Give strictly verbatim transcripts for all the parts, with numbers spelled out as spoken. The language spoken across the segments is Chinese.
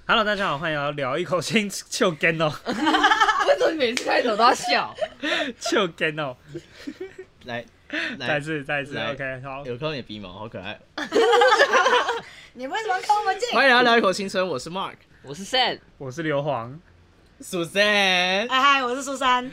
Hello， 大家好，欢迎来聊一口心笑干哦。 为什么你每次开头都要笑？ 笑干哦。 来， 再次，再次 ，OK， 好。 有看到你的鼻毛，好可爱。 你为什么靠我们近？ 欢迎来聊一口青春，我是 Mark， 我是 Sam， 我是硫磺。 Susan， 哎嗨，我是苏珊。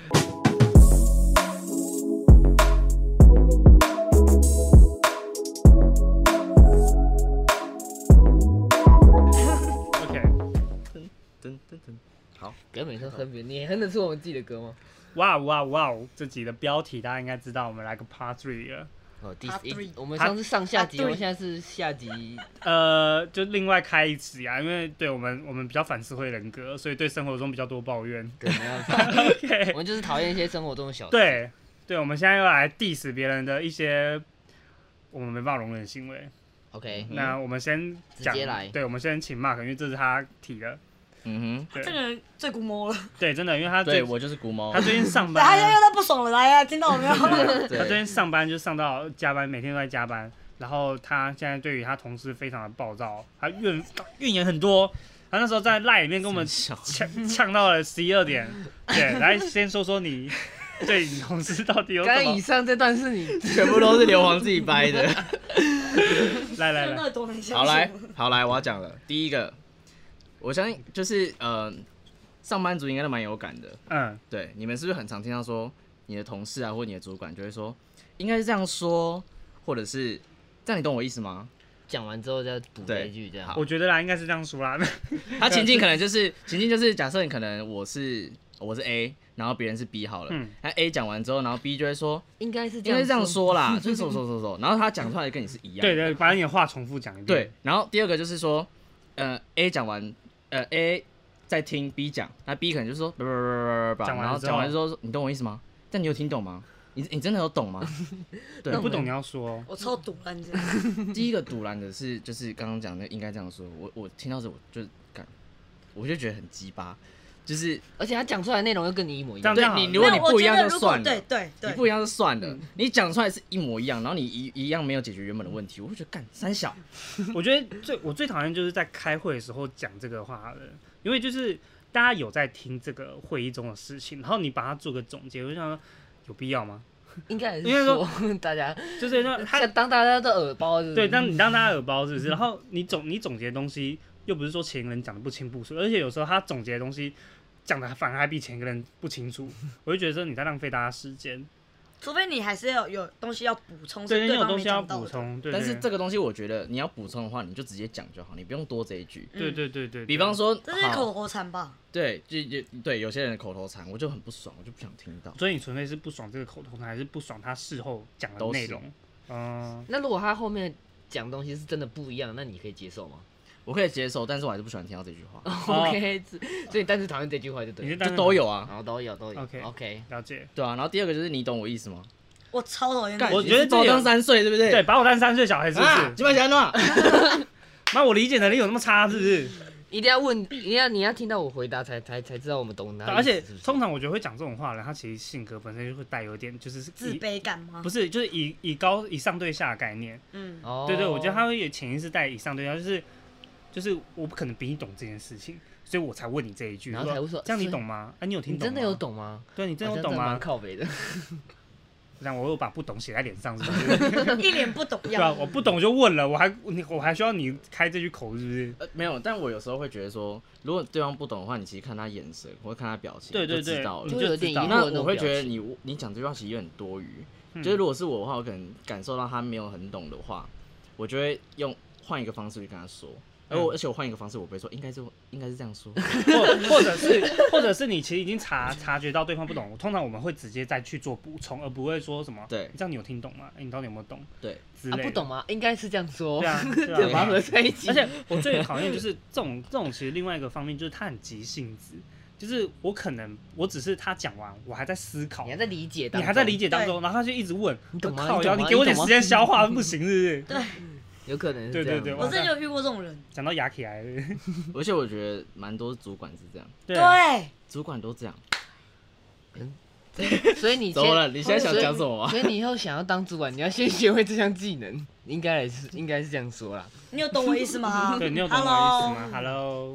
噔噔噔，好， 不要每次哼别人，你哼得出我们自己的歌吗？ 哇哇哇！这集的标题大家应该知道，我们来个 Part Three 了。 哦，第一，我们上次上下集，我们现在是下集。 呃，就另外开一集啊，因为对我们我们比较反社会人格，所以对生活中比较多抱怨。 对，没办法。 OK， 我们就是讨厌一些生活中的小事。 对对，我们现在又来 diss 别人的一些我们没办法容忍的行为。 OK， 那我们先讲， 直接来。 对，我们先请 Mark， 因为这是他提的。 嗯哼，这个人最古摸了。 对，真的，因为他最对我就是古猫。 他最近上班， 他现在又在不爽了，来呀，听到了没有？ 他最近上班就上到加班，每天都在加班。然后他现在对于他同事非常的暴躁，他怨怨言很多。他那时候在 LINE 里面跟我们呛呛到了十一二点。对，来先说说你对你同事到底有什么？ 刚刚以上这段是你全部都是硫磺自己掰的。 来来来， 好来好来，我要讲了。第一个，我相信就是呃，上班族应该都蛮有感的。嗯，对，你们是不是很常听到说你的同事啊，或你的主管就会说，应该是这样说，或者是这样，你懂我意思吗？ 讲完之后再补这一句，这样。 我觉得啦，应该是这样说啦。 他情境可能就是情境就是假设你可能我是我是 A， 然后别人是 B 好了，嗯，那 A 讲完之后，然后 B 就会说应该是应该是这样说啦，就是说说说说，然后他讲出来跟你是一样的。 对对，把你的话重复讲一遍。 对，然后第二个就是说，呃 A 讲完，呃 A 在听 B 讲，那 B 可能就说，然后讲完之后，你懂我意思吗？但你有听懂吗？你你真的有懂吗？ 对，你不懂你要说。 我超堵烂的。 第一个堵烂的是，就是刚刚讲的应该这样说，我我听到这我就感，我就觉得很鸡巴，就是而且他讲出来的内容又跟你一模一样。 对，你如果你不一样就算了， 对对对， 你不一样就算了，你讲出来是一模一样，然后你一一样没有解决原本的问题，我会觉得干三小。 我觉得最我最讨厌就是在开会的时候讲这个话的，因为就是大家有在听这个会议中的事情，然后你把它做个总结，我就想说有必要吗？ 应该是说大家就是让他当大家都耳包是不是， 对，当你当大家耳包是不是？然后你总你总结的东西又不是说前人讲的不清不楚，而且有时候他总结的东西讲的反而还比前个人不清楚，我就觉得说你在浪费大家时间。 除非你还是要有东西要补充， 对，你有东西要补充。对， 但是这个东西我觉得你要补充的话，你就直接讲就好，你不用多这一句。 对对对对。 比方说， 这是口头禅吧？ 对，就就对，有些人的口头禅我就很不爽，我就不想听到。 所以你纯粹是不爽这个口头禅，还是不爽他事后讲的内容？ 嗯。那如果他后面讲东西是真的不一样，那你可以接受吗？ 我可以接受，但是我还是不喜欢听到这句话。 OK， 所以但是讨厌这句话就对了， 就都有啊， 然后都有都有。 OK OK， 了解。 对啊，然后第二个就是你懂我意思吗？ 我超讨厌。 我觉得把我当三岁，对不对？ 对，把我当三岁小孩是不是？ 基本上啊， 妈，我理解能力有那么差是不是？ 一定要问，一定要你要听到我回答才才才知道我们懂他。 而且通常我觉得会讲这种话的人，他其实性格本身就会带有点就是自卑感吗？ 不是，就是以以高以上对下的概念。嗯，对对，我觉得他会有潜意识带以上对下，就是就是我不可能比你懂这件事情，所以我才问你这一句， 然后才会说这样你懂吗？啊，你有听懂吗？ 你真的有懂吗？ 对，你真的有懂吗？ 蛮靠北的。 这样我又把不懂写在脸上，是不是？ 一脸不懂样。 对啊，我不懂就问了，我还你我还需要你开这句口，是不是？ 呃，没有，但我有时候会觉得说，如果对方不懂的话，你其实看他眼神或者看他表情， 对对对， 就知道了， 就有点疑惑。 那我会觉得你你讲这句话其实有点多余。嗯、就是如果是我的话，我可能感受到他没有很懂的话，我就会用换一个方式去跟他说。而我而且我换一个方式，我不会说应该是应该是这样说， 或或者是或者是你其实已经察察觉到对方不懂，通常我们会直接再去做补充，而不会说什么对， 这样你有听懂吗？哎、欸，你到底有没有懂？ 对， 之类的、 啊、不懂吗？应该是这样说。 对啊，对啊， 把它合在一起。 而且我最讨厌就是这种这种，其实另外一个方面就是他很急性子。就是我可能我只是他讲完，我还在思考， 你还在理解当中， 你还在理解当中，然后他就一直问， 你懂吗？ 靠腰，你给我点时间消化，不行是不是？ 对。 有可能是对对对， 我之前就遇过这种人， 讲到牙起来了。 而且我觉得蛮多主管是这样， 对，啊、 主管都这样。 嗯，所以你怎么了？你现在想讲什么吗？ 所以你以后想要当主管，你要先学会这项技能，应该是应该是这样说啦。 你有懂我意思吗？ 对，你有懂我意思吗 ？Hello，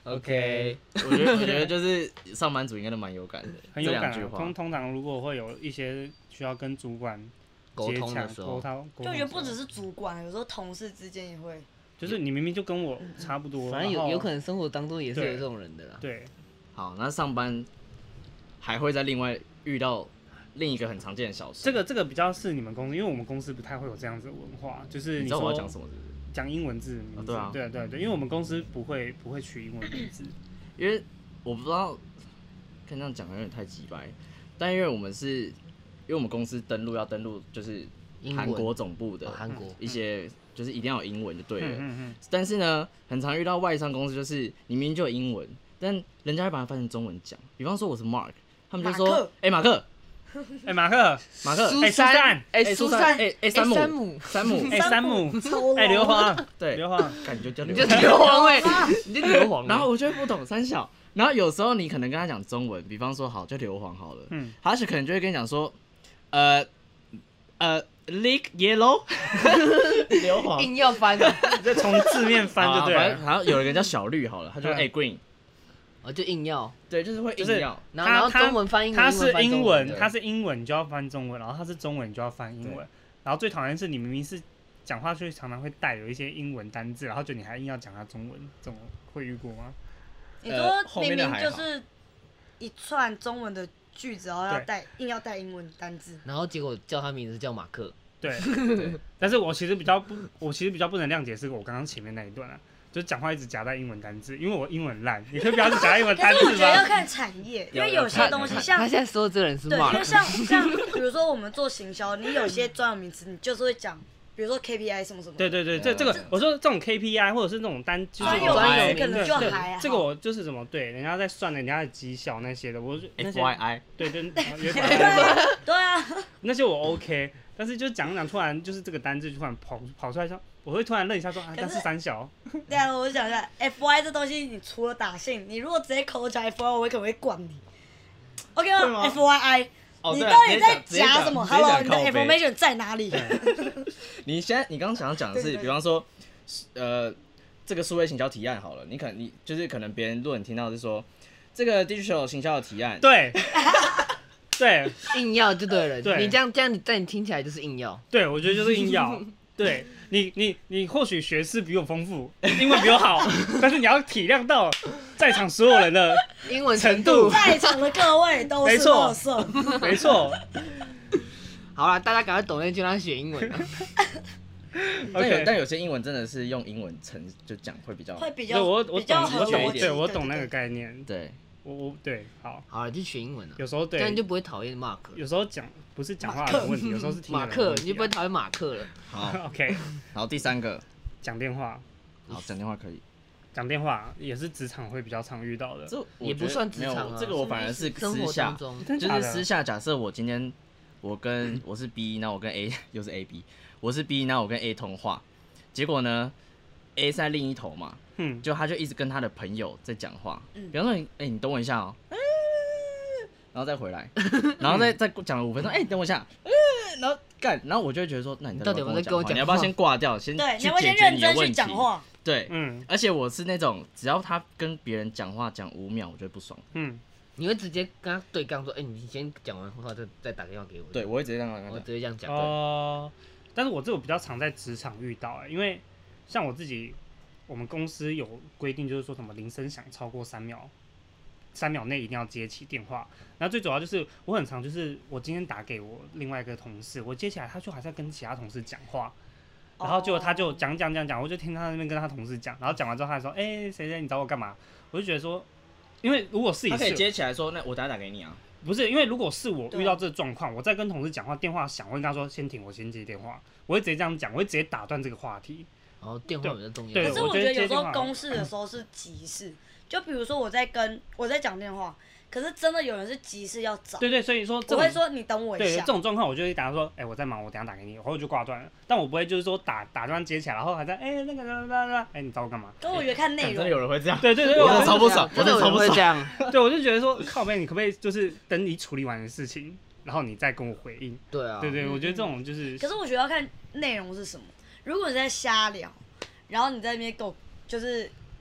OK， 我觉得我觉得就是上班族应该都蛮有感的， 很有感、 啊。 通通常如果会有一些需要跟主管沟通的时候， 沟通， 就我觉得不只是主管，有时候同事之间也会。 就是你明明就跟我差不多， 反正有有可能生活当中也是有这种人的啦。 对。 好，那上班还会在另外遇到另一个很常见的小事。 这个这个比较是你们公司，因为我们公司不太会有这样子的文化，就是你知道我要讲什么？ 讲英文字名字、哦、对啊，对对对，因为我们公司不会不会取英文名字， 因为我不知道，看这样讲有点太鸡掰，但因为我们是，因为我们公司登录要登录就是韩国总部的韩国一些，就是一定要有英文就对了。 嗯嗯嗯、 但是呢，很常遇到外商公司，就是你明明就有英文，但人家会把它翻成中文讲。比方说我是 Mark， 他们就说，哎、欸、马克。 哎、欸，马克， 马克， 哎，苏珊， 哎，苏珊， 哎哎，山姆，山姆， 哎，山姆，哎，硫磺， 对， 硫磺， 感觉叫硫磺，你就硫磺哎，你就硫磺。 然后我就不懂三小，然后有时候你可能跟他讲中文，比方说好就硫磺好了，嗯，他是可能就会跟你讲说，呃呃 ，leak yellow， 硫磺， 硬要翻， 就从字面翻就对了。 然后有人叫小绿好了，他就哎 green。 哦，就硬要， 对，就是会硬要， 然后然后中文翻英文， 他是英文，他是英文就要翻中文，然后他是中文就要翻英文，然后最讨厌是你明明是讲话就常常会带有一些英文单字，然后就你还硬要讲他中文，这种会遇过吗？ 你说明明就是一串中文的句子，然后要带硬要带英文单字， 然后结果叫他名字叫马克， 对，但是我其实比较不，我其实比较不能谅解是我刚刚前面那一段啊。就是讲话一直夹带英文单字，因为我英文烂，你可以不要一直夹带英文单字吗？ 可是我觉得要看产业，因为有些东西像他现在说的这个人是 Mark， 对，因为像像比如说我们做行销，你有些专有名词，你就是会讲，比如说 K P I 什么什么。 对对对，这这个我说这种 K P I 或者是那种单，就是专有名词可能就还好。 这个我就是什么对，人家在算人家的绩效那些的，我 F Y I， 对对对啊， 那些我 OK， 但是就讲讲突然就是这个单字突然跑跑出来说。我会突然愣一下说啊，但是三小。 对啊，我讲一下 F Y 这东西，你除了打信，你如果直接口讲 F Y， 我可能会管你。OK 吗 ？F Y I， 你到底在夹什么 ？Hello， 你的 information 在哪里？ 你现在你刚刚想要讲的是，比方说，呃，这个数位行销提案好了，你可能你就是可能别人如果你听到是说这个 digital 行销的提案， 对。对， 硬要就对了。 对， 你这样这样，在你听起来就是硬要。 对，我觉得就是硬要。对你，你你或许学识比我丰富，英文比我好，但是你要体谅到在场所有人的英文程度， 在场的各位都是垃圾。 没错。 好啦，大家赶快抖内就让他学英文。 但有但有些英文真的是用英文成就讲会比较会比较我我懂我懂对我懂那个概念。 对。 我我对好， 好了，就学英文了。 有时候对， 这样就不会讨厌马克。 有时候讲不是讲话的问题，有时候是听马克，你就不会讨厌马克了。 好 ，OK。 然后第三个， 讲电话。 好，讲电话可以。 讲电话也是职场会比较常遇到的， 这也不算职场啊。 这个我反而是私下，就是私下。假设我今天我跟我是 B， 那我跟 A 又是 A B， 我是 B， 那我跟 A 通话，结果呢 A 在另一头嘛。嗯，就他就一直跟他的朋友在讲话，比方说你，哎、欸，你等我一下哦、喔，然后再回来，然后再再讲了五分钟，哎、欸，等我一下，然后干，然后我就会觉得说，那你到底有没有跟我讲话？你要不要先挂掉，先对， 去解决你的问题？ 对，嗯，而且我是那种只要他跟别人讲话讲五秒，我就会不爽，嗯， 你会直接跟他对杠说，哎、欸，你先讲完话再再打电话给我。 对，我会直接这样讲， 我直接这样讲。 哦、呃，但是我这个比较常在职场遇到、欸，因为像我自己。我们公司有规定，就是说什么铃声响超过三秒，三秒内一定要接起电话。然后最主要就是我很常就是我今天打给我另外一个同事，我接起来他就还在跟其他同事讲话，然后结果他就讲讲讲讲，我就听他那边跟他同事讲，然后讲完之后他还说，哎、欸，谁谁你找我干嘛？我就觉得说，因为如果是他可以接起来说，那我等下打给你啊。 不是，因为如果是我遇到这个状况，我在跟同事讲话，电话响，我会跟他说先停，我先接电话，我会直接这样讲，我会直接打断这个话题。 然后电话比较重要。 可是我觉得有时候公事的时候是急事，就比如说我在跟我在讲电话，可是真的有人是急事要找。 对对，所以说我会说你等我一下。 对，这种状况我就会打他说，哎、欸，我在忙，我等一下打给你，然后我就挂断了。但我不会就是说打打断接起来，然后还在哎、欸、那个那个那哎你找我干嘛？ 跟我觉得看内容。 真的有人会这样。 对对对， 我真的超不爽，我真的超不爽。 这样。 对，我就觉得说靠背，你可不可以就是等你处理完的事情，然后你再跟我回应？ 对啊。 对对，我觉得这种就是。 可是我觉得要看内容是什么。如果你在瞎聊。然后你在那边给我就是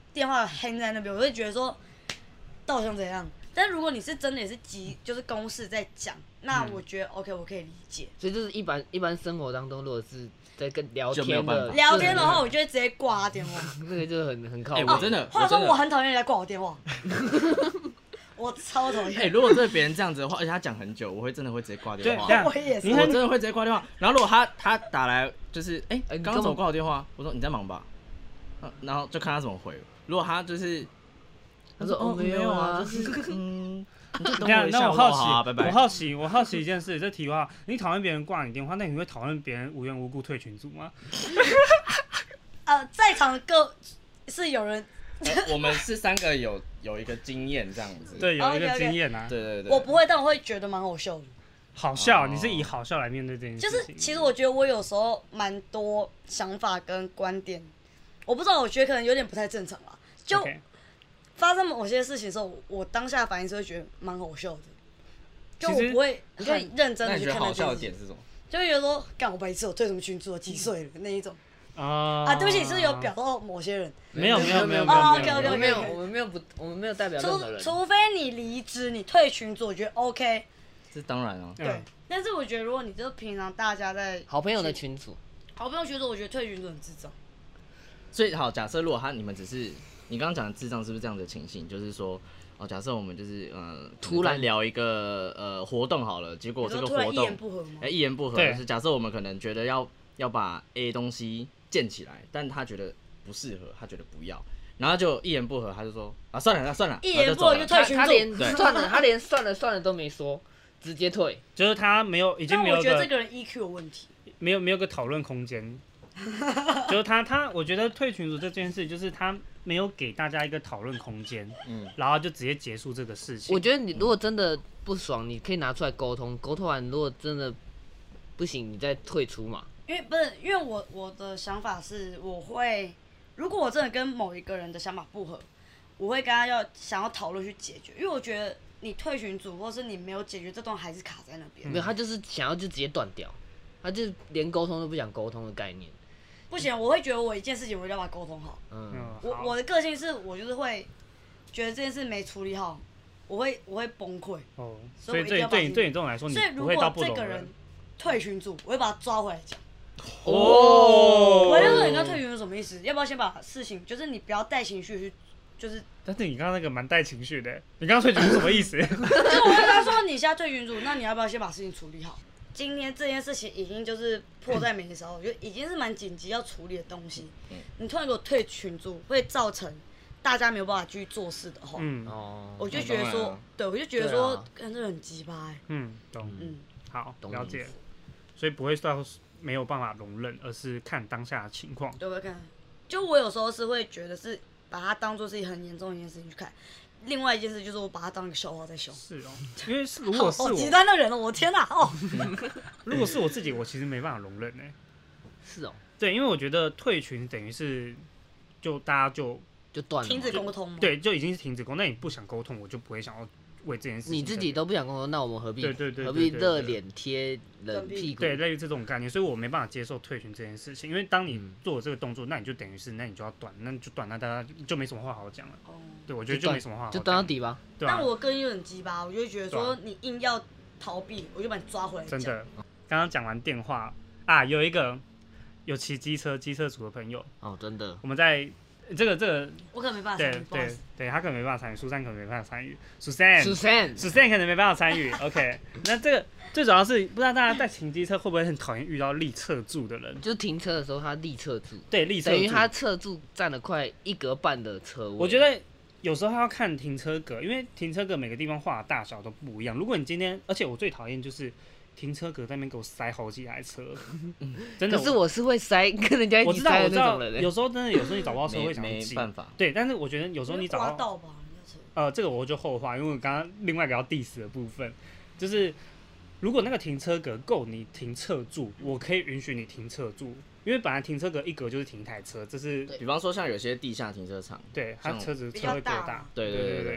电话 hang 在那边，我会觉得说，到底想怎样？但如果你是真的也是急，就是公事在讲，那我觉得 OK， 我可以理解。 所以就是一般一般生活当中，如果是在跟聊天的聊天的话，我就会直接挂他电话。 那个就很很靠谱。 我真的， 话说我很讨厌人家挂我电话，我超讨厌。 哎，如果真的别人这样子的话，而且他讲很久，我会真的会直接挂电话。 对，我也是。 我真的会直接挂电话。然后如果他他打来，就是哎，刚刚怎么挂我电话？我说你在忙吧，然后就看他怎么回。如果他就是他说哦没有啊， 就是嗯。 这样，那我好奇，我好奇，我好奇一件事，这题话，你讨厌别人挂你电话，那你会讨厌别人无缘无故退群组吗？ 呃，在场的各是有人， 我们是三个有有一个经验这样子， 对，有一个经验啊， 对对对， 我不会，但我会觉得蛮好笑的。 好笑，你是以好笑来面对这件事情。 就是其实我觉得我有时候蛮多想法跟观点，我不知道，我觉得可能有点不太正常啦，就。Okay. 发生某些事情的时候，我当下反应是会觉得蛮好笑的，就我不会很认真的去看那件事情。 好笑的点是什么？ 就会觉得说，干我白痴，我退什么群组，我几岁了那一种。啊啊，对不起，是有表到某些人。 没有没有没有没有。哦 OK OK OK， 没有，我们没有不，我们没有代表任何人。 除非你离职，你退群组，我觉得 OK。 这当然啊。 对，但是我觉得如果你就是平常大家在好朋友的群组， 好朋友群组，我觉得退群组很智障。 所以好，假设如果他你们只是。你刚刚讲的智障是不是这样的情形？就是说，哦，假设我们就是呃，突然聊一个呃活动好了，结果这个活动， 一言不合吗？ 哎，一言不合，就是假设我们可能觉得要要把 A 东西建起来，但他觉得不适合，他觉得不要，然后就一言不合，他就说啊，算了，那算了， 一言不合就退群组， 他连算了，他连算了算了都没说，直接退， 就是他没有，已经没有。 但我觉得这个人 E Q 有问题， 没有没有个讨论空间。就是他他，我觉得退群组这件事，就是他没有给大家一个讨论空间，嗯，然后就直接结束这个事情。 我觉得你如果真的不爽，你可以拿出来沟通，沟通完如果真的不行，你再退出嘛。 因为不是，因为我我的想法是，我会如果我真的跟某一个人的想法不合，我会跟他要想要讨论去解决，因为我觉得你退群组或是你没有解决，这段还是卡在那边。 没有，他就是想要就直接断掉，他就连沟通都不想沟通的概念。 不行，我会觉得我一件事情我一定要把它沟通好。嗯，我我的个性是我就是会觉得这件事没处理好，我会我会崩溃。哦， 所以对对对你这种来说，你不会到不懂的。 所以如果这个人退群组，我会把他抓回来讲。 哦， 我会说你刚退群组什么意思？要不要先把事情，就是你不要带情绪去，就是。 但是你刚刚那个蛮带情绪的，你刚刚退群组什么意思？ 就是我会跟他说，你现在退群组，那你要不要先把事情处理好？今天这件事情已经就是迫在眉梢，我觉得已经是蛮紧急要处理的东西。嗯、你突然给我退群组，会造成大家没有办法继续做事的话，嗯哦，我就觉得说，对，我就觉得说，跟这个很鸡巴。 嗯，懂。嗯，好，了解。所以不会到没有办法容忍，而是看当下的情况。 对，我看。就我有时候是会觉得是把它当做是很严重的一件事情去看。另外一件事就是我把它当一个笑话在笑。 是哦，因为如果是我， 极端的人了，我天哪哦！ 如果是我自己，我其实没办法容忍呢。 是哦， 对，因为我觉得退群等于是就大家就就断了， 停止沟通。 对，就已经是停止沟通。那你不想沟通，我就不会想要为这件事情。 你自己都不想沟通，那我们何必对对对何必热脸贴冷屁股？ 对，类似这种概念，所以我没办法接受退群这件事情。因为当你做了这个动作，那你就等于是，那你就要断，那就断，那大家就没什么话好讲了。哦。对，我觉得就没什么话好讲， 就断到底吧。 对但我个人又很鸡巴，我就觉得说你硬要逃避，我就把你抓回来。 真的，刚刚讲完电话啊，有一个有骑机车机车组的朋友哦，真的， 我们在。这个这个， 我可能没办法参与。 对对对，他可能没办法参与，苏珊可能没办法参与，苏珊， 苏珊， 苏珊可能没办法参与。OK， 那这个最主要是不知道大家在骑机车会不会很讨厌遇到立侧柱的人？ 就停车的时候他立侧柱， 对，立侧柱， 等于他侧柱占了快一格半的车位。 我觉得有时候他要看停车格，因为停车格每个地方画的大小都不一样。如果你今天，而且我最讨厌就是。停车格在那边给我塞好几台车，真的。 可是我是会塞跟人家一起塞的那种人、欸。 有时候真的，有时候你找不到车会想没办法。 对，但是我觉得有时候你找到， 到吧呃，这个我就后话，因为我刚刚另外一个要 diss 的部分，就是如果那个停车格够你停侧柱，我可以允许你停侧柱，因为本来停车格一格就是停一台车，这是。 比方说像有些地下停车场， 对，它车子车位够大， 对对对对。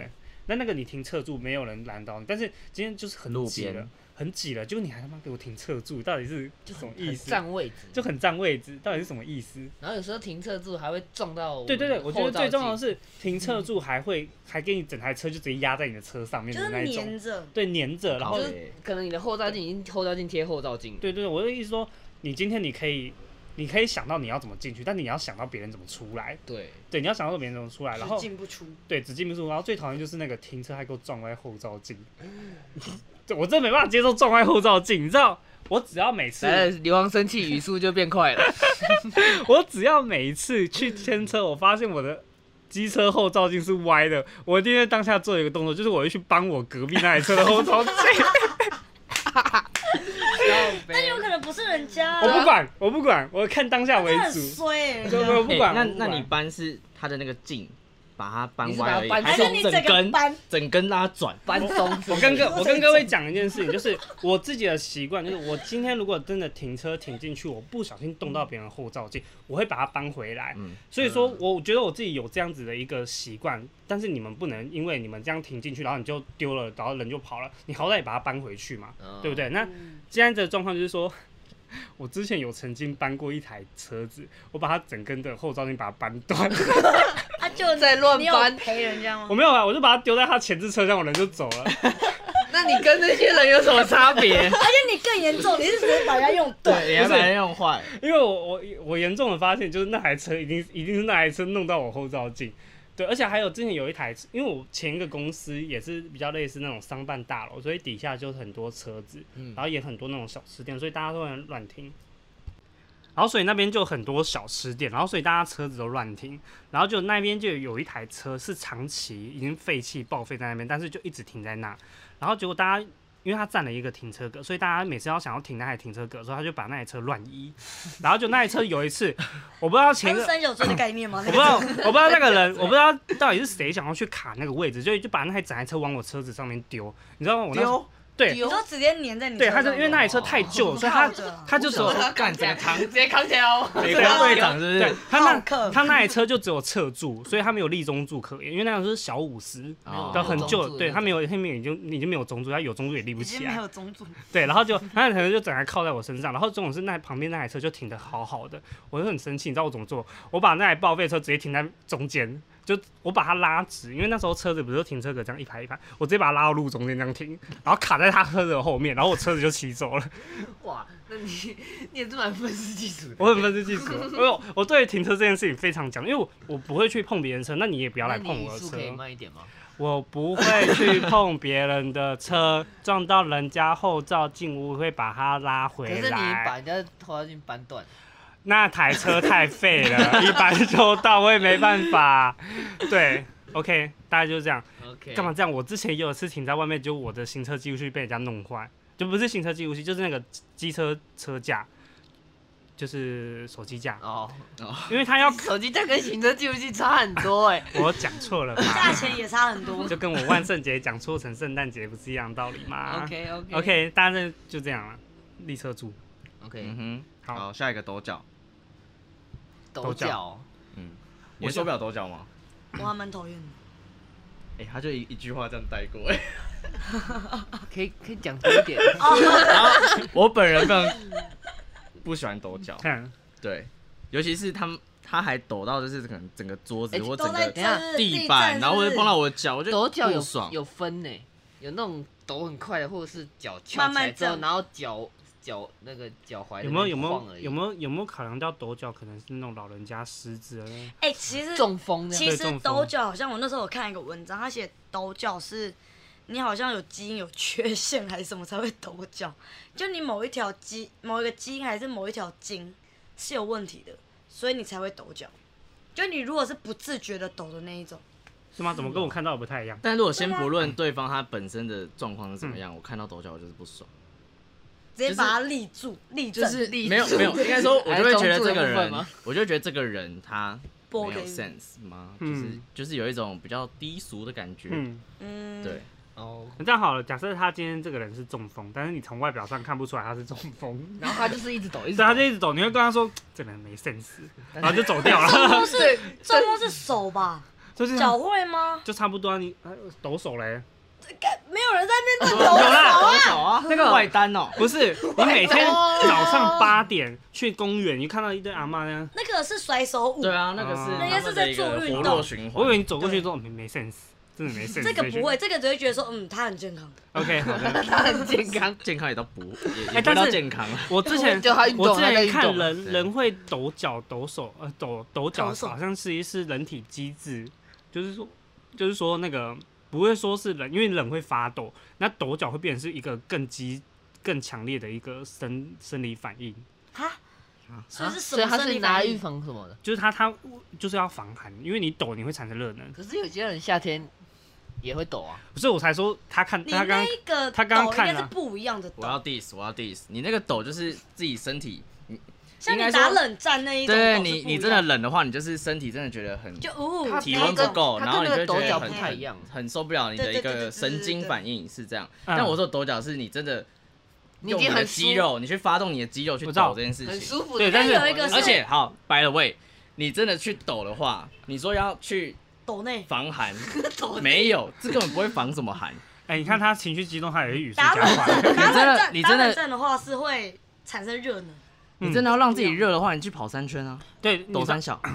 那那个你停侧柱没有人拦到你，但是今天就是很挤了。很挤了，结果你还他妈给我停侧柱，到底是什么意思？ 占位置， 就很占位置，到底是什么意思？ 然后有时候停侧柱还会撞到。 对对对，我觉得最重要的是停侧柱还会还给你整台车就直接压在你的车上面的那一种， 粘着， 对，粘着，然后可能你的后照镜已经后照镜贴后照镜。 对对对，我的意思说，你今天你可以。你可以想到你要怎么进去，但你要想到别人怎么出来。 对， 对，你要想到别人怎么出来，然后进不出。 对，只进不出。然后最讨厌就是那个停车还给我撞在后照镜，我真的没办法接受撞在后照镜。你知道，我只要每次刘皇生气语速就变快了。 我只要每一次去牵车，我发现我的机车后照镜是歪的，我一定会当下做一个动作，就是我会去帮我隔壁那台车的后照镜。 但有可能不是人家、啊， 我不管，我不管，我看当下为主。 很衰、欸， 对，我不管。 欸、那那你搬是他的那个镜，把它搬歪而已， 还是整根整根让它转搬松？ 我跟各我跟各位讲一件事情，就是我自己的习惯，就是我今天如果真的停车停进去，我不小心动到别人后照镜，我会把它搬回来。嗯、所以说，我觉得我自己有这样子的一个习惯，但是你们不能因为你们这样停进去，然后你就丢了，然后人就跑了，你好歹也把它搬回去嘛，嗯、对不对？那现在的状况就是说。我之前有曾经搬过一台车子，我把它整根的后照镜把它搬断， 他就在乱搬， 赔人家吗？ 我没有啊，我就把它丢在他前置车厢，我人就走了。 那你跟那些人有什么差别？而且你更严重，你是直接把它用断， 对，也把它用坏。 因为我我我严重的发现，就是那台车一定一定是那台车弄到我后照镜。对，而且还有之前有一台，因为我前一个公司也是比较类似那种商办大楼，所以底下就是很多车子，然后也很多那种小吃店，所以大家都很乱停。然后所以那边就很多小吃店，然后所以大家车子都乱停，然后就那边就有一台车是长期已经废弃报废在那边，但是就一直停在那，然后结果大家。因为他占了一个停车格，所以大家每次要想要停那台停车格的时候，他就把那台车乱移，然后就那台车有一次，我不知道前个三角锥的概念吗？ 我不知道，我不知道那个人，我不知道到底是谁想要去卡那个位置，就就把那台整台车往我车子上面丢，你知道吗？我那对， 你说直接粘在你对，他就因为那台车太旧了，所以他他就只有干整个扛，直接扛起来哦。 美国队长是不是？ 对，他那他那台车就只有侧柱，所以他没有立中柱可言，因为那辆是小五十，的很旧，对他没有后面已经已经没有中柱，他有中柱也立不起来。 没有中柱。 对，然后就那台车就整台靠在我身上，然后这种是那旁边那台车就停得好好的，我就很生气，你知道我怎么做？我把那台报废车直接停在中间。就我把它拉直，因为那时候车子不是停车格这样一排一排，我直接把它拉到路中间这样停，然后卡在他车子的后面，然后我车子就骑走了。 哇，那你你也是蛮愤世嫉俗的。 我很愤世嫉俗，因为我对停车这件事情非常讲，因为我我不会去碰别人车，那你也不要来碰我的车。 可以慢一点吗？ 我不会去碰别人的车，撞到人家后照镜，我会把它拉回来。 可是你把人家后照镜搬断。 那台车太废了，一搬就到，我也没办法。对 ，OK， 大概就是这样。 OK， 干嘛这样？我之前也有次停在外面，就我的行车记录器被人家弄坏，就不是行车记录器，就是那个机车车架，就是手机架。哦哦，因为他要手机架跟行车记录器差很多哎、 欸。我讲错了吧？ 价钱也差很多， 就跟我万圣节讲错成圣诞节不是一样的道理吗 ？OK OK OK， 大家就这样了，立车柱。 OK， 嗯哼，好，下一个抖脚。 抖脚， 嗯，你受不了抖脚吗？ 我还蛮讨厌的。 哎、欸，他就 一, 一句话这样带过、欸， 可以可以讲多一点。 然后我本人非常不喜欢抖脚，对，尤其是他们他还抖到就是可能整个桌子、欸、或整个地板，然后或者碰到我的脚，我就抖脚有有分呢、欸，有那种抖很快的，或者是脚翘起来之后，然后脚。脚那个脚踝有没有有没有有没有有没有考量到抖脚可能是那种老人家失智的？ 哎、欸，其实中风， 其实抖脚好像我那时候有看一个文章，他写抖脚是你好像有基因有缺陷还是什么才会抖脚，就你某一条基某一个基因还是某一条筋是有问题的，所以你才会抖脚。就你如果是不自觉的抖的那一种， 是吗？怎么跟我看到的不太一样？ 但如果先不论对方他本身的状况是怎么样，嗯、我看到抖脚我就是不爽。 直接把它立住，立正， 就是没有没有，应该说，我就会觉得这个人，我就觉得这个人他没有 sense 吗？嗯、就是就是有一种比较低俗的感觉。嗯嗯，对。 哦，这样好了，假设他今天这个人是中风，但是你从外表上看不出来他是中风， 然后他就是一直抖，一直抖，对，他就一直抖，你会跟他说这人没 sense， 然后就走掉了。 中风是中风是手吧？ 就是脚会吗？ 就差不多啊，你抖手嘞。 没有人在那边抖手抖手啊， 那个外单哦， 不是，你每天早上八点去公园，你看到一堆阿嬷那样， 那个是甩手舞。 对啊，那个是那个是在做运动循环。 我以为你走过去之后没没 sense， 真的没 sense。 这个不会，这个只会觉得说，嗯，他很健康。 OK， 好的， 他很健康， 健康也都不， 哎， 也不到健康。 我之前就他运动， 我之前看人人人会抖脚、抖手，呃，抖抖脚，好像是一是人体机制，就是说，就是说那个。不会说是人，因为人会发抖，那抖脚会变成是一个更激、更强烈的一个生生理反应。 哈，所以是什所以他么生理是拿来预反应？ 防什么的？ 就是他他就是要防寒，因为你抖你会产生热能。 可是有些人夏天也会抖啊。 所以我才说他看你他刚那个他刚刚看应该是不一样的抖。 我要 diss， 我要 diss， 你那个抖就是自己身体。 像你打冷战那一种， 对你，你真的冷的话，你就是身体真的觉得很就呜， 体温不够，然后你就觉得很不太一样， 很受不了你的一个神经反应是这样。 嗯、 但我说抖脚是你真的用你的肌肉，你去发动你的肌肉去抖这件事情， 很舒服。 对，但是有一个是， 而且好 ，by the way， 你真的去抖的话，你说要去抖内防寒，没有，这根本不会防什么寒。 哎、欸，你看他情绪激动，他也会语速加快。 你真的，你真的打冷战的话是会产生热能。 你真的要让自己热的话，你去跑三圈啊！ 对， 抖三小。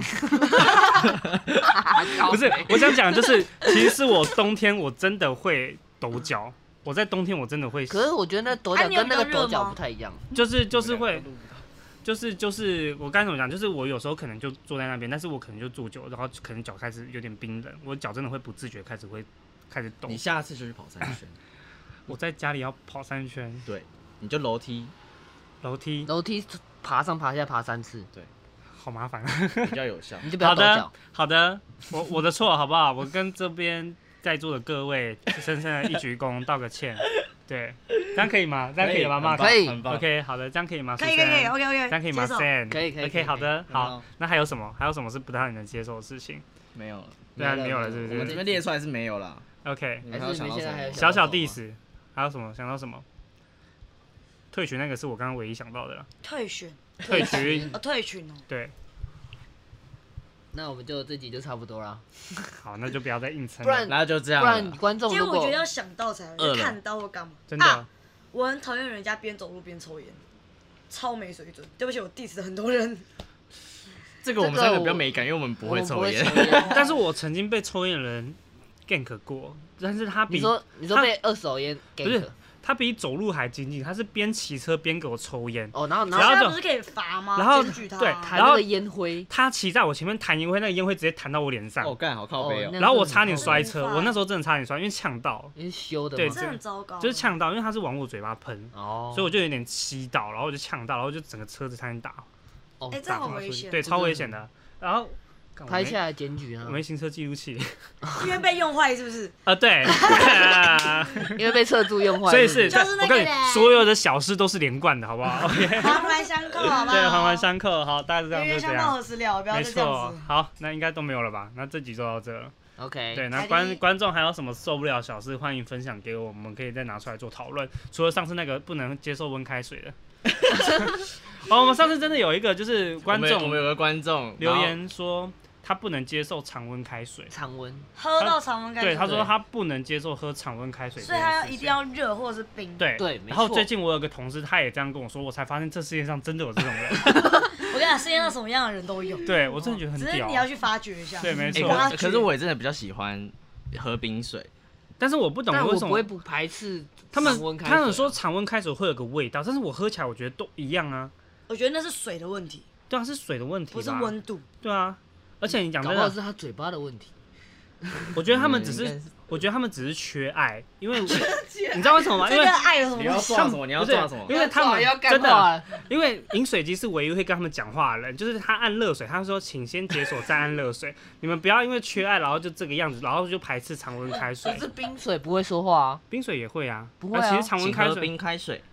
不是，我想讲就是，其实是我冬天我真的会抖脚，我在冬天我真的会。 可是我觉得那抖脚跟那个抖脚不太一样。 就是就是会，就是就是我刚才怎么讲？就是我有时候可能就坐在那边，但是我可能就坐久，然后可能脚开始有点冰冷，我脚真的会不自觉开始会开始抖。 你下次就去跑三圈。 我在家里要跑三圈。 对，你就楼梯， 楼梯， 楼梯。爬上爬下爬三次， 对， 好麻烦， 比较有效。 你就不要抖脚。 好的，我我的错，好不好？我跟这边在座的各位深深的一鞠躬，道个歉。对，这样可以吗？这样可以吗？妈， 可以。 OK， 好的，这样可以吗？ 可以可以可以 OK OK， 这样可以吗 ？Sam， 可以可以 OK， 好的，好。那还有什么？还有什么是不太能接受的事情？ 没有了， 对啊，没有了，是不是？ 我们这边列出来是没有了。 OK， 还是你现在还有小小 diss， 还有什么？想到什么？退群那个是我刚刚唯一想到的了。 退群。 退群哦，退群哦。 对。 那我们就这集就差不多了。 好，那就不要再硬撑了。 不然那就这样。 不然观众因为我觉得要想到才会看到或干嘛。 真的、啊。 我很讨厌人家边走路边抽烟，超没水准。对不起，我 diss 很多人。 这个我们三个比较没感，因为我们不会抽烟。 但是我曾经被抽烟的人 gank 过，但是他比你说你说被二手烟 gank。 不是。他比走路还经济，他是边骑车边给我抽烟。 哦，然后然后他不是可以罚吗？ 然后对， 然后烟灰， 他骑在我前面弹烟灰，那个烟灰直接弹到我脸上。 哦，干好靠背哦。 然后我差点摔车，我那时候真的差点摔，因为呛到。 因为修的， 对， 这很糟糕。 就是呛到，因为他是往我嘴巴喷， 哦， 所以我就有点吸到，然后我就呛到，然后就整个车子差点打。 哦， 哎，这很危险。 对，超危险的。然后。 拍下来检举啊！ 我没行车记录器， 因为被用坏是不是？ 啊，对， 因为被测注用坏， 所以是， 就是那个所有的小事都是连贯的，好不好？ 环环相扣，好不好？ 对，环环相扣，好，大概是这样，就这样。 冤冤相报何时了？不要再这样子。 好，那应该都没有了吧？那这集就到这了。 OK。 对，那观观众还有什么受不了小事，欢迎分享给我，我们可以再拿出来做讨论。除了上次那个不能接受温开水的。哦，我们上次真的有一个就是观众， 我们有个观众留言说。他不能接受常温开水， 常温喝到常温开水。 对，他说他不能接受喝常温开水， 所以他要一定要热或者是冰。 对对， 然后最近我有个同事，他也这样跟我说，我才发现这世界上真的有这种人。 我跟你讲，世界上什么样的人都有。 对我真的觉得很屌， 只是你要去发掘一下。 对，没错。 可是我也真的比较喜欢喝冰水， 但是我不懂为什么。 但我不会不排斥他们，他们说常温开水会有个味道，但是我喝起来我觉得都一样啊。 我觉得那是水的问题。 对啊，是水的问题， 不是温度。 对啊。而且你讲真的，是他嘴巴的问题。 我觉得他们只是，我觉得他们只是缺爱，因为你知道为什么吗？因为爱有什么？ 你要做什么？你要做什么？ 因为他们真的，因为饮水机是唯一会跟他们讲话的人，就是他按热水，他说请先解锁再按热水，你们不要因为缺爱，然后就这个样子，然后就排斥常温开水。 可是冰水不会说话啊， 冰水也会啊， 不会啊。 请喝冰开水。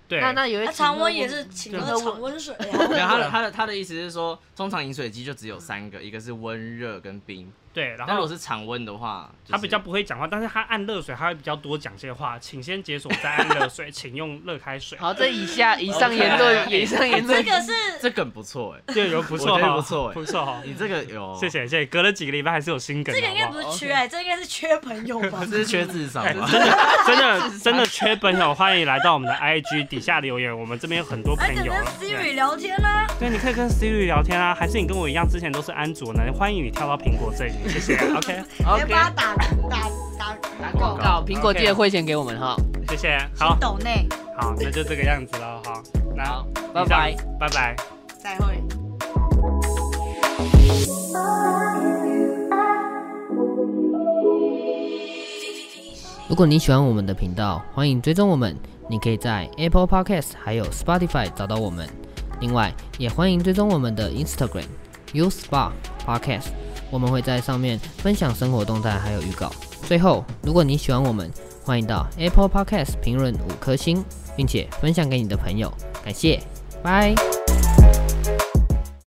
对， 那那有一常温也是请喝常温水。 没有，他的他的他的意思是说，通常饮水机就只有三个，一个是温热跟冰。 对，然后但如果是常温的话，就是、 他比较不会讲话，但是他按热水，他会比较多讲些话。请先解锁，再按热水，请用热开水。 好，这以下以上言论，以上言论， 这个是这梗不错哎， 这有不错， 不错哎， 不错哈。 你这个有， 谢谢谢谢，隔了几个礼拜还是有新梗。 这个应该不是缺爱，这应该是缺朋友吧？ 这是缺智商吧？ 真的真的真的缺朋友，欢迎来到我们的 I G 底下留言，我们这边有很多朋友了。 跟 Siri 聊天啊？ 对，你可以跟 Siri 聊天啊，还是你跟我一样，之前都是安卓呢？欢迎你跳到苹果阵营，谢谢。OK。 OK，帮他打打打打广告，苹果记得汇钱给我们哈， 谢谢。好， 抖内。 好，那就这个样子了哈。那拜拜， 拜拜， 再会。 如果你喜欢我们的频道，欢迎追踪我们。你可以在 Apple Podcast 还有 Spotify 找到我们。另外，也欢迎追踪我们的 Instagram U Spa Podcast。我们会在上面分享生活动态还有预告。最后，如果你喜欢我们，欢迎到 Apple Podcast 评论五颗星，并且分享给你的朋友。感谢，拜。